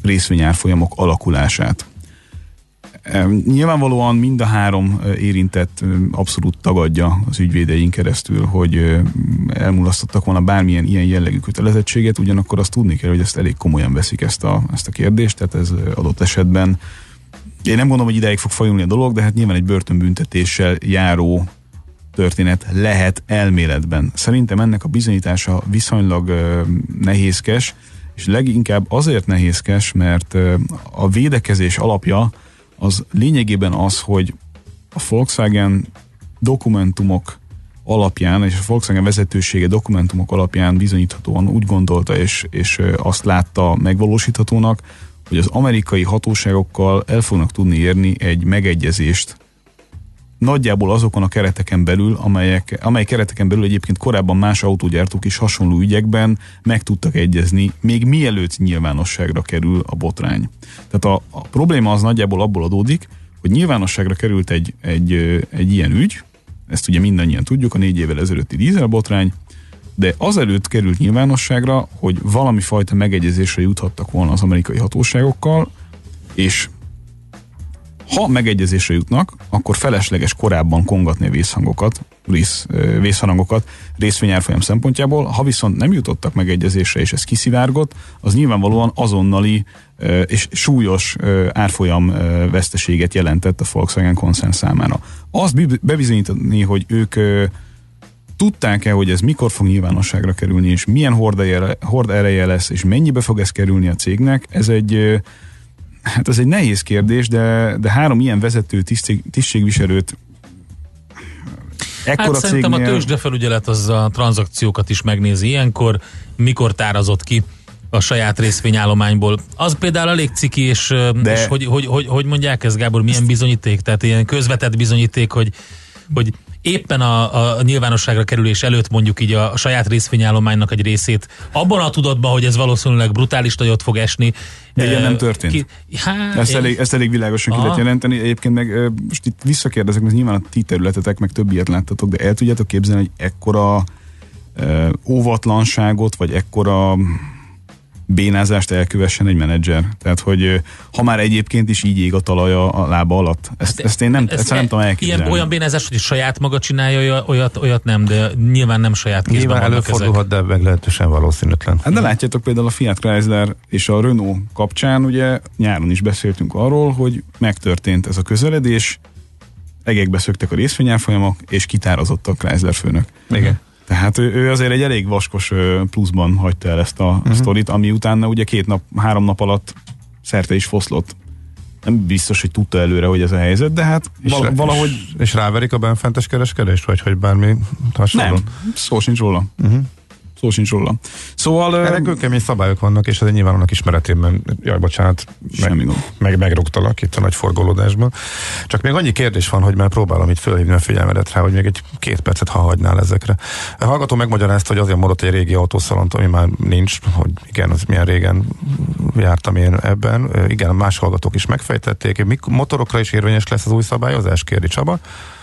részvényárfolyamok alakulását. Nyilvánvalóan mind a három érintett abszolút tagadja az ügyvédeink keresztül, hogy elmulasztottak volna bármilyen ilyen jellegű kötelezettséget, ugyanakkor azt tudni kell, hogy ezt elég komolyan veszik ezt a, ezt a kérdést, tehát ez adott esetben, én nem gondolom, hogy idáig fog fajulni a dolog, de hát nyilván egy börtönbüntetéssel járó történet lehet elméletben. Szerintem ennek a bizonyítása viszonylag uh, nehézkes, és leginkább azért nehézkes, mert uh, a védekezés alapja az lényegében az, hogy a Volkswagen dokumentumok alapján, és a Volkswagen vezetősége dokumentumok alapján bizonyíthatóan úgy gondolta, és, és azt látta megvalósíthatónak, hogy az amerikai hatóságokkal el fognak tudni érni egy megegyezést nagyjából azokon a kereteken belül, amelyek, amely kereteken belül egyébként korábban más autógyártók is hasonló ügyekben meg tudtak egyezni, még mielőtt nyilvánosságra kerül a botrány. Tehát a, a probléma az nagyjából abból adódik, hogy nyilvánosságra került egy, egy, egy ilyen ügy, ezt ugye mindannyian tudjuk, a négy évvel ezelőtti dízelbotrány, de azelőtt került nyilvánosságra, hogy valami fajta megegyezésre juthattak volna az amerikai hatóságokkal, és ha megegyezésre jutnak, akkor felesleges korábban kongatni a vészhangokat, rész, vészharangokat részvényárfolyam szempontjából. Ha viszont nem jutottak megegyezésre, és ez kiszivárgott, az nyilvánvalóan azonnali és súlyos árfolyam veszteséget jelentett a Volkswagen koncern számára. Azt bebizonyítani, hogy ők tudták-e, hogy ez mikor fog nyilvánosságra kerülni, és milyen hord ereje lesz, és mennyibe fog ez kerülni a cégnek, ez egy Hát ez egy nehéz kérdés, de, de három ilyen vezető tisztség, tisztségviselőt ekkora hát szerintem cégnél... a tőzsdefelügyelet az a tranzakciókat is megnézi ilyenkor, mikor tárazott ki a saját részvényállományból. Az például elég ciki, és, de... és hogy, hogy, hogy, hogy mondják ez, Gábor, milyen bizonyíték? Tehát ilyen közvetett bizonyíték, hogy, hogy éppen a, a nyilvánosságra kerülés előtt mondjuk így a, a saját részvényállománynak egy részét abban a tudatban, hogy ez valószínűleg brutális nagyot fog esni. De ilyen nem történt. Ki, hát, ezt, elég, ezt elég világosan aha. ki lehet jelenteni. Egyébként meg most itt visszakérdezek, mert nyilván a ti területetek, meg több ilyet láttatok, de el tudjátok képzelni, hogy ekkora uh, óvatlanságot, vagy ekkora bénázást elkövessen egy menedzser. Tehát, hogy ha már egyébként is így ég a talaj a lába alatt. Ezt, ezt én nem, ezt nem tudom elképzelni. Ilyen, olyan bénázás, hogy saját maga csinálja, olyat, olyat nem, de nyilván nem saját kézben nyilván vannak előfordulhat, ezek. De meglehetősen valószínűtlen. Hát de látjátok például a Fiat Chrysler és a Renault kapcsán, ugye nyáron is beszéltünk arról, hogy megtörtént ez a közeledés, egekbe szöktek a részvényárfolyamok, és kitározott a Chrysler főnök. Igen. Tehát ő, ő azért egy elég vaskos pluszban hagyta el ezt a uh-huh. sztorit, ami utána ugye két nap, három nap alatt szerte is foszlott. Nem biztos, hogy tudta előre, hogy ez a helyzet, de hát és val- rá, valahogy... És, és ráverik a benfentes kereskedést, vagy hogy bármi hasonló? Nem, szó sincs róla. Uh-huh. Szó sincs róla. Szóval... Erre kőkemény szabályok vannak, és ez nyilván annak ismeretében, jaj, bocsánat, meg, meg, megrúgtalak itt a nagy forgolódásban. Csak még annyi kérdés van, hogy már próbálom itt fölhívni a figyelmedet rá, hogy még egy két percet, ha hagynál ezekre. A hallgató megmagyarázta, hogy azért mondott egy régi autószalont, ami már nincs, hogy igen, az milyen régen jártam én ebben. Igen, más hallgatók is megfejtették. Mik motorokra is érvényes lesz az új szabályozás, kérdi Csaba?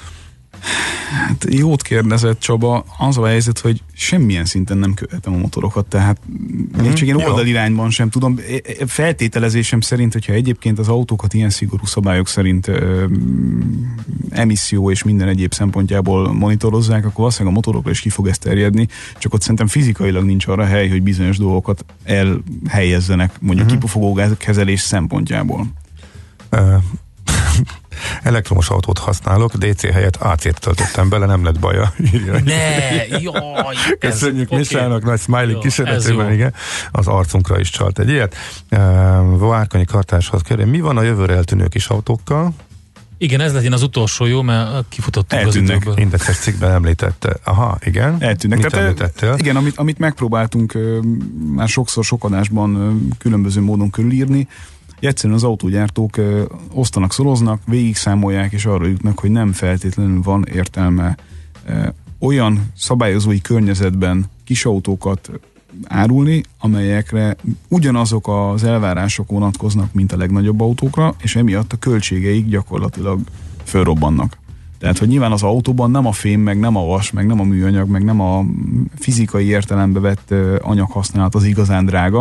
Hát jót kérdezett Csaba, az a helyzet, hogy semmilyen szinten nem követem a motorokat, tehát mm, még csak én oldalirányban sem tudom. Feltételezésem szerint, hogyha egyébként az autókat ilyen szigorú szabályok szerint ö, emisszió és minden egyéb szempontjából monitorozzák, akkor valószínűleg a motorokra is ki fog ezt terjedni, csak ott szerintem fizikailag nincs arra hely, hogy bizonyos dolgokat elhelyezzenek, mondjuk uh-huh. kipufogógáz kezelés szempontjából. Uh. Elektromos autót használok, dé cé helyett á cét töltöttem bele, nem lett baja. Ne, jaj! Köszönjük Misának, okay. Nagy smiley kísérletében, igen. Az arcunkra is csalt egy ilyet. Várkonyi Kartáshoz kérdez, mi van a jövőre eltűnő kis autókkal? Igen, ez legyen az utolsó, jó, mert kifutottuk eltűnnek. Az időből. Indexes cikkben említette. Aha, igen. Eltűnnek. Mit Tehát, igen, amit, amit megpróbáltunk már sokszor sok adásban különböző módon körülírni, egyszerűen az autógyártók ö, osztanak, szoroznak, végig számolják, és arra jutnak, hogy nem feltétlenül van értelme ö, olyan szabályozói környezetben kis autókat árulni, amelyekre ugyanazok az elvárások vonatkoznak, mint a legnagyobb autókra, és emiatt a költségeik gyakorlatilag fölrobbannak. Tehát, hogy nyilván az autóban nem a fém, meg nem a vas, meg nem a műanyag, meg nem a fizikai értelembe vett anyaghasználat az igazán drága,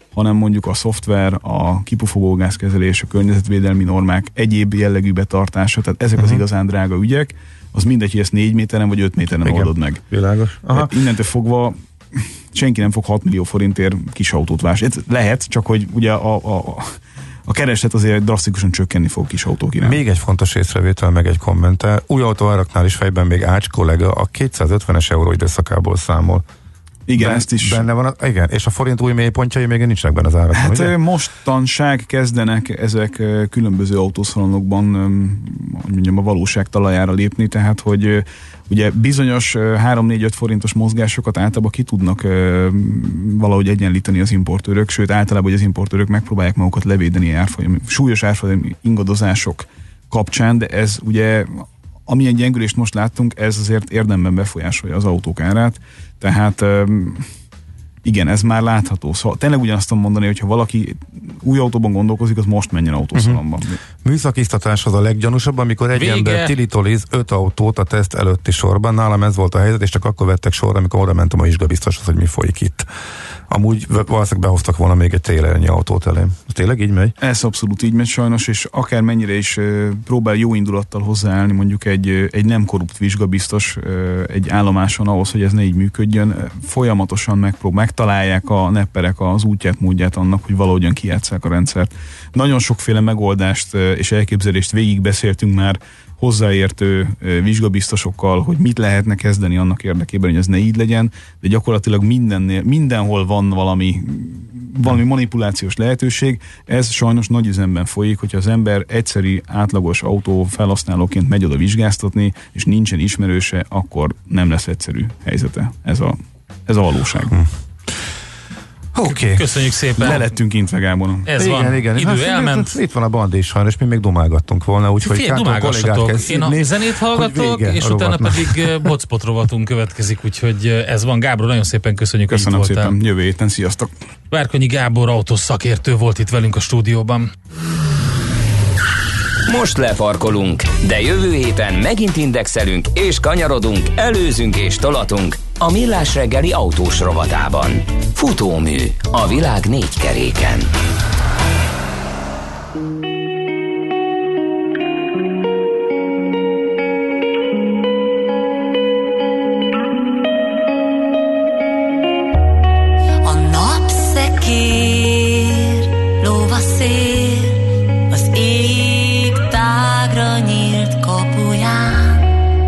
hanem mondjuk a szoftver, a kipufogógázkezelés, a környezetvédelmi normák, egyéb jellegű betartása, tehát ezek uh-huh. az igazán drága ügyek, az mindegy, hogy ezt négy méteren vagy öt méteren igen, oldod meg. Világos. Aha. Innentől fogva senki nem fog hat millió forintért kis autót vásárolni. Lehet, csak hogy ugye a, a, a kereslet azért drasztikusan csökkenni fog kis autók iránt. Még egy fontos észrevétel, meg egy kommentár. Új autóáraknál is fejben még Ács kollega a kétszázötvenes euró időszakából számol. Igen, ben, ezt is. Benne van, a, igen, és a forint új mélypontjai még nincsenek benne az árakon, hát ugye? Mostanság kezdenek ezek különböző autószalonokban, hogy mondjam, a valóság talajára lépni, tehát hogy ugye bizonyos három négy öt forintos mozgásokat általában ki tudnak valahogy egyenlíteni az importőrök, sőt általában, hogy az importőrök megpróbálják magukat levédeni árfolyam, súlyos árfolyam ingadozások kapcsán, de ez ugye amilyen gyengülést most láttunk, ez azért érdemben befolyásolja az autók árát, tehát igen, ez már látható. Szóval tényleg ugyanazt tudom mondani, hogyha valaki új autóban gondolkozik, az most menjen autószalomban. Uh-huh. Műszakiztatás az a leggyanúsabb, amikor egy Vége. ember tilitoliz öt autót a teszt előtti sorban. Nálam ez volt a helyzet, és csak akkor vettek sorra, amikor oda mentem a vizsgabiztoshoz, hogy mi folyik itt. Amúgy valószínűleg behoztak volna még egy trélerennyi autót elém. Ez tényleg így megy? Ez abszolút így megy sajnos, és akár mennyire is uh, próbál jó indulattal hozzáállni mondjuk egy, uh, egy nem korrupt vizsgabiztos uh, egy állomáson ahhoz, hogy ez ne így működjön. Uh, folyamatosan megprób- megtalálják a nepperek az útját, módját annak, hogy valahogyan kijátsszák a rendszert. Nagyon sokféle megoldást uh, és elképzelést végigbeszéltünk már hozzáértő vizsgabiztosokkal, hogy mit lehetne kezdeni annak érdekében, hogy ez ne így legyen, de gyakorlatilag mindennél, mindenhol van valami, valami manipulációs lehetőség. Ez sajnos nagy üzemben folyik, hogyha az ember egyszeri, átlagos autó felhasználóként megy oda vizsgáztatni, és nincsen ismerőse, akkor nem lesz egyszerű helyzete. Ez a, ez a valóság. Hm. Oké. Okay. Köszönjük szépen. Le lettünk intve, Gáboron. Ez igen, van. Igen. Idő hát, elment. Itt van a Bandi is sajnos, mi még dumálgattunk volna, úgyhogy dumálgassatok. Én a zenét hallgatok, és utána pedig hotspot rovatunk következik, úgyhogy ez van. Gábor, nagyon szépen köszönjük, Köszönöm hogy itt voltál. szépen. Jövő héten, sziasztok. Várkonyi Gábor autós szakértő volt itt velünk a stúdióban. Most lefarkolunk, de jövő héten megint indexelünk és kanyarodunk, előzünk és tolatunk a Millás reggeli autós rovatában. Futómű a világ négy keréken. A napszekér, lóvaszél, az ég tágra nyílt kapuján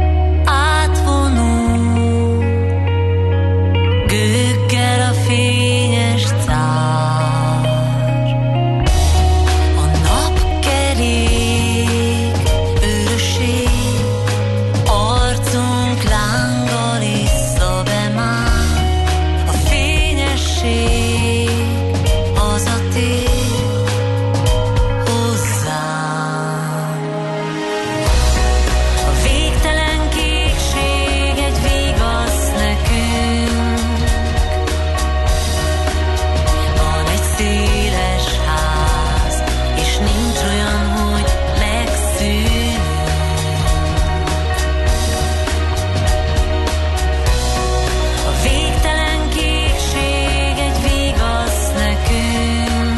átvonul, gőggel a fényes cár. A napkerék őrség, arcunk lánggal iszza be már. A fényesség hazatér hozzám. A végtelen kékség egy vigasz nekünk. Van egy széles ház, és nincs olyan, hogy megszűnünk. A végtelen kékség egy vigasz nekünk.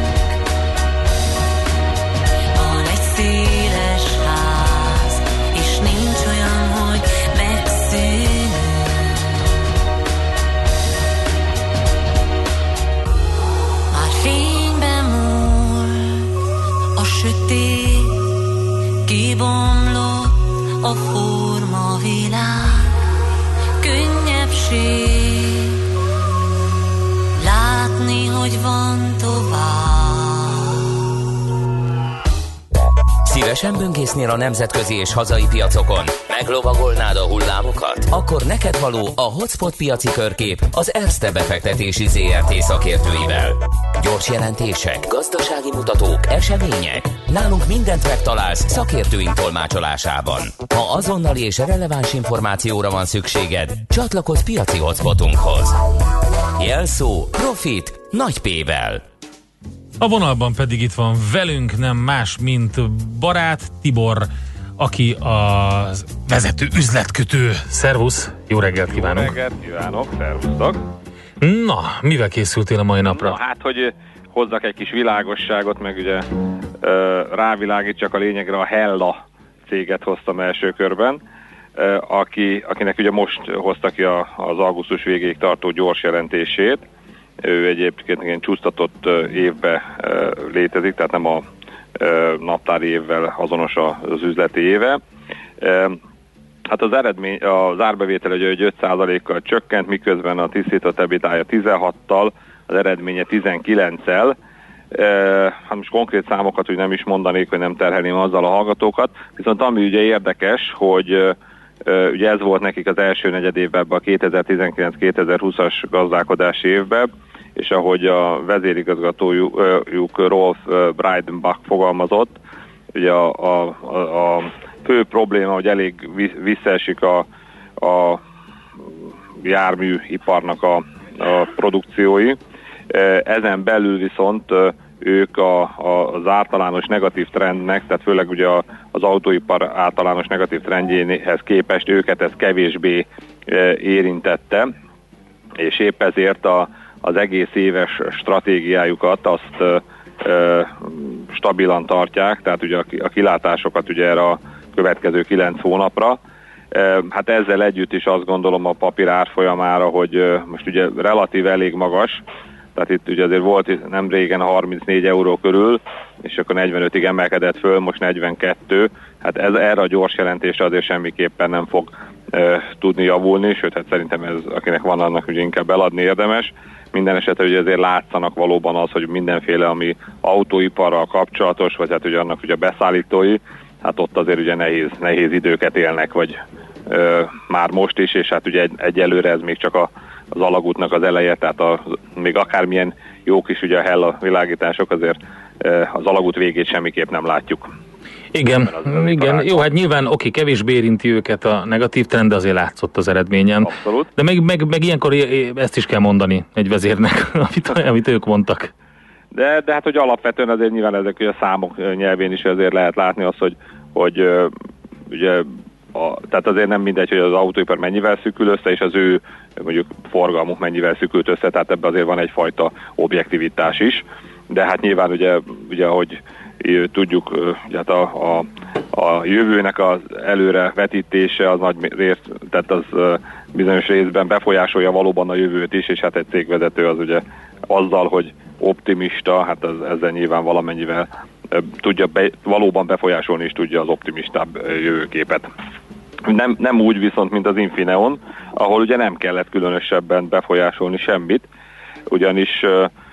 Van egy széles ház, és nincs olyan, hogy megszűnünk. Már fényben múlt a sötét, kibomlott a formavilág. Könnyebbség látni, hogy van tovább. Szívesen böngésznél a nemzetközi és hazai piacokon? Meglovagolnád a hullámokat? Akkor neked való a Hotspot piaci körkép az Erste befektetési zé er té szakértőivel. Gyors jelentések, gazdasági mutatók, események. Nálunk mindent megtalálsz szakértőink tolmácsolásában. Ha azonnali és releváns információra van szükséged, csatlakozz piaci hotspotunkhoz. Jelszó Profit nagy P-vel. A vonalban pedig itt van velünk nem más, mint barát Tibor, aki a vezető üzletkötő. Szervusz, jó reggelt kívánok! Jó reggelt kívánok, szervusztok! Na, mivel készültél a mai napra? Na, hát, hogy hozzak egy kis világosságot, meg ugye rávilágítsak a lényegre, a Hella céget hoztam első körben, aki, akinek ugye most hozta ki a, az augusztus végéig tartó gyors jelentését. Ő egyébként ilyen csúsztatott évbe létezik, tehát nem a naptári évvel azonos az üzleti éve. Hát az eredmény, az árbevétel ugye öt százalékkal csökkent, miközben a tisztított ebitája tizenhattal, az eredménye tizenkilenccel. Hát most konkrét számokat úgy nem is mondanék, hogy nem terhelném azzal a hallgatókat, viszont ami ugye érdekes, hogy ugye ez volt nekik az első negyedévben, a kétezer-tizenkilenc kétezer-húszas gazdálkodási évben, és ahogy a vezérigazgatójuk Rolf Breidenbach fogalmazott, ugye a, a, a, a fő probléma, hogy elég visszaesik a, a járműiparnak a, a produkciói. Ezen belül viszont ők a, a, az általános negatív trendnek, tehát főleg ugye a, az autóipar általános negatív trendjéhez képest őket ez kevésbé érintette, és épp ezért a, az egész éves stratégiájukat azt ö, ö, stabilan tartják, tehát ugye a, a kilátásokat ugye erre a következő kilenc hónapra. Hát ezzel együtt is azt gondolom a papír árfolyamára, hogy most ugye relatív elég magas, tehát itt ugye azért volt nem régen harmincnégy euró körül, és akkor negyvenötig emelkedett föl, most negyvenkettő. Hát ez, erre a gyors jelentésre azért semmiképpen nem fog e, tudni javulni, sőt, hát szerintem ez, akinek van, annak ugye inkább eladni érdemes. Minden esetre ugye azért látszanak valóban az, hogy mindenféle, ami autóiparral kapcsolatos, vagy hát ugye annak ugye beszállítói, hát ott azért ugye nehéz, nehéz időket élnek, vagy ö, már most is, és hát ugye egy, egyelőre ez még csak a, az alagútnak az eleje, tehát a, még akármilyen jók is ugye a Hella világítások, azért ö, az alagút végét semmiképp nem látjuk. Igen, az, igen. Jó, hát nyilván oké, kevésbé érinti őket a negatív trend, de azért látszott az eredményen. Abszolút. De meg, meg, meg ilyenkor ezt is kell mondani egy vezérnek, amit, amit ők mondtak. De, de hát, hogy alapvetően azért nyilván ezek a számok nyelvén is azért lehet látni azt, hogy, hogy ugye, a, tehát azért nem mindegy, hogy az autóipar mennyivel szűkül össze, és az ő mondjuk forgalmuk mennyivel szűkült össze, tehát ebben azért van egyfajta objektivitás is. De hát nyilván ugye, ugye ahogy tudjuk, ugye hát a, a, a jövőnek az előre vetítése az nagy részt, tehát az bizonyos részben befolyásolja valóban a jövőt is, és hát egy cégvezető az ugye azzal, hogy optimista, hát ez, ezzel nyilván valamennyivel tudja be, valóban befolyásolni is tudja az optimistább jövőképet. Nem, nem úgy viszont, mint az Infineon, ahol ugye nem kellett különösebben befolyásolni semmit, ugyanis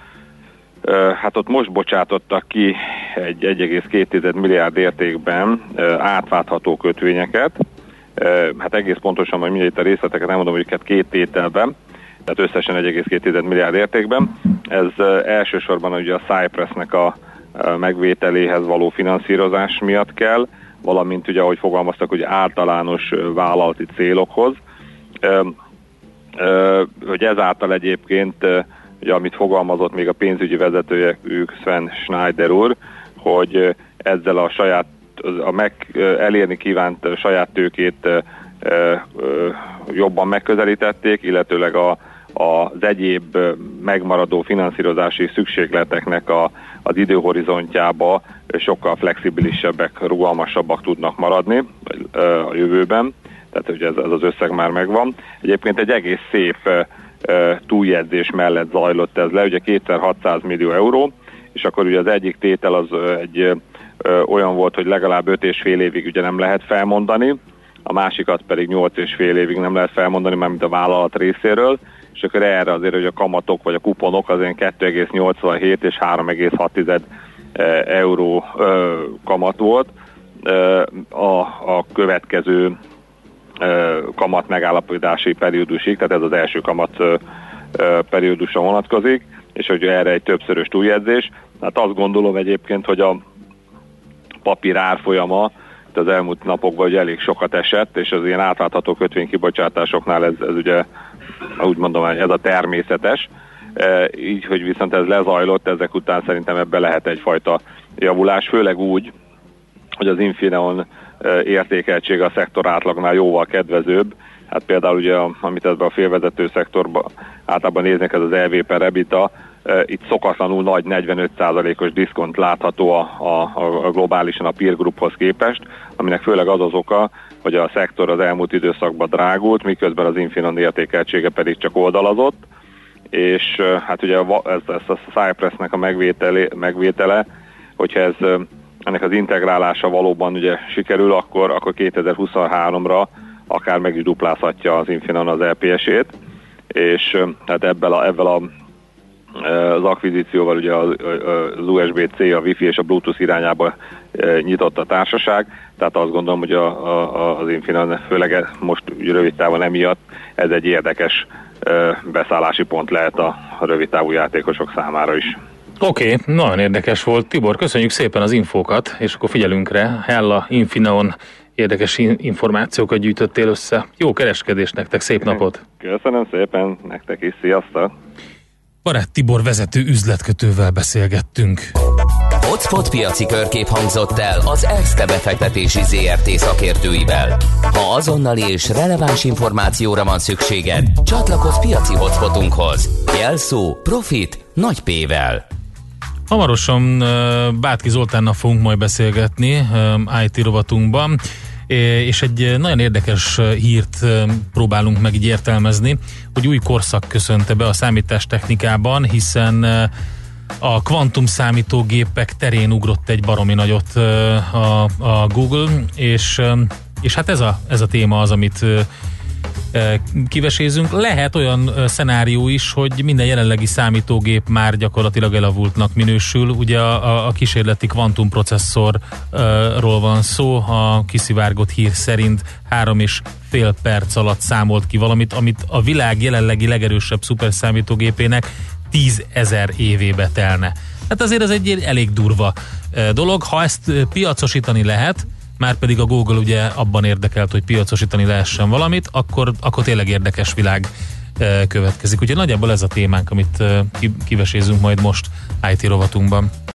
hát ott most bocsátottak ki egy egy egész két milliárd értékben átváltható kötvényeket, hát egész pontosan majd mindjárt a részleteket nem mondom, hogy őket két tételben, tehát összesen egy egész két milliárd értékben. Ez elsősorban ugye a Cypressnek a megvételéhez való finanszírozás miatt kell, valamint ugye, ahogy fogalmaztak, hogy általános vállalati célokhoz, hogy ezáltal egyébként, ugye, amit fogalmazott még a pénzügyi vezetője, ők Sven Schneider úr, hogy ezzel a saját, a meg, elérni kívánt saját tőkét jobban megközelítették, illetőleg a az egyéb megmaradó finanszírozási szükségleteknek a, az időhorizontjába sokkal flexibilisebbek, rugalmasabbak tudnak maradni a jövőben, tehát ugye ez, ez az összeg már megvan. Egyébként egy egész szép túljegyzés mellett zajlott ez le, ugye kétezer-hatszáz millió euró, és akkor ugye az egyik tétel az egy olyan volt, hogy legalább öt és fél évig ugye nem lehet felmondani, a másikat pedig nyolc és fél évig nem lehet felmondani, mármint a vállalat részéről, és akkor erre azért, hogy a kamatok vagy a kuponok azért kettő egész nyolcvanhét és három egész hat euró kamat volt. A, a következő kamat megállapítási periódusig, tehát ez az első kamat periódusra vonatkozik, és hogy erre egy többszörös túljegyzés. Hát azt gondolom egyébként, hogy a papír árfolyama az elmúlt napokban ugye elég sokat esett, és az ilyen átlátható kötvénykibocsátásoknál ez, ez ugye, úgy mondom, ez a természetes. E, így, hogy viszont ez lezajlott, ezek után szerintem ebbe lehet egyfajta javulás, főleg úgy, hogy az Infineon értékeltsége a szektor átlagnál jóval kedvezőbb, Hát például ugye, amit ebben a félvezető szektorban általában néznek, ez az E V per EBITDA, itt szokatlanul nagy negyvenöt százalékos diszkont látható a, a, a globálisan a peer grouphoz képest, aminek főleg az az oka, hogy a szektor az elmúlt időszakban drágult, miközben az Infineon értékeltsége pedig csak oldalazott, és hát ugye ez, ez a Cypressnek a megvétele, megvétele hogyha ez, ennek az integrálása valóban ugye sikerül, akkor, akkor kétezer-huszonháromra akár meg is duplázhatja az Infineon az E P S-ét, és hát ebből a, ebből a az akvizícióval ugye az U S B C, a Wi-Fi és a Bluetooth irányába nyitott a társaság, tehát azt gondolom, hogy a, a, az Infineon főleg most rövid távon emiatt ez egy érdekes beszállási pont lehet a rövid távú játékosok számára is. Oké, okay, nagyon érdekes volt. Tibor, köszönjük szépen az infókat, és akkor figyelünk rá. Hella, Infineon érdekes információkat gyűjtöttél össze. Jó kereskedés nektek, szép napot! Köszönöm szépen, nektek is, sziasztok! Barát Tibor vezető üzletkötővel beszélgettünk. Hotspot piaci körkép hangzott el az Erste befektetési zé er té szakértőivel. Ha azonnali és releváns információra van szükséged, csatlakozz piaci hotspotunkhoz. Jelszó Profit nagy P-vel. Hamarosan Bátki Zoltánnal fogunk majd beszélgetni I T rovatunkban, és egy nagyon érdekes hírt próbálunk meg így értelmezni, hogy új korszak köszönte be a számítástechnikában, hiszen a kvantum számítógépek terén ugrott egy baromi nagyot a, a Google, és, és hát ez a, ez a téma az, amit kivesézünk. Lehet olyan szenárió is, hogy minden jelenlegi számítógép már gyakorlatilag elavultnak minősül. Ugye a, a kísérleti kvantumprocesszorról van szó, a kiszivárgott hír szerint három és fél perc alatt számolt ki valamit, amit a világ jelenlegi legerősebb szuperszámítógépének tízezer évébe telne. Hát azért ez egy elég durva dolog. Ha ezt piacosítani lehet, már pedig a Google ugye abban érdekelt, hogy piacosítani lehessen valamit, akkor, akkor tényleg érdekes világ következik. Úgyhogy nagyjából ez a témánk, amit kivesézünk majd most I T rovatunkban.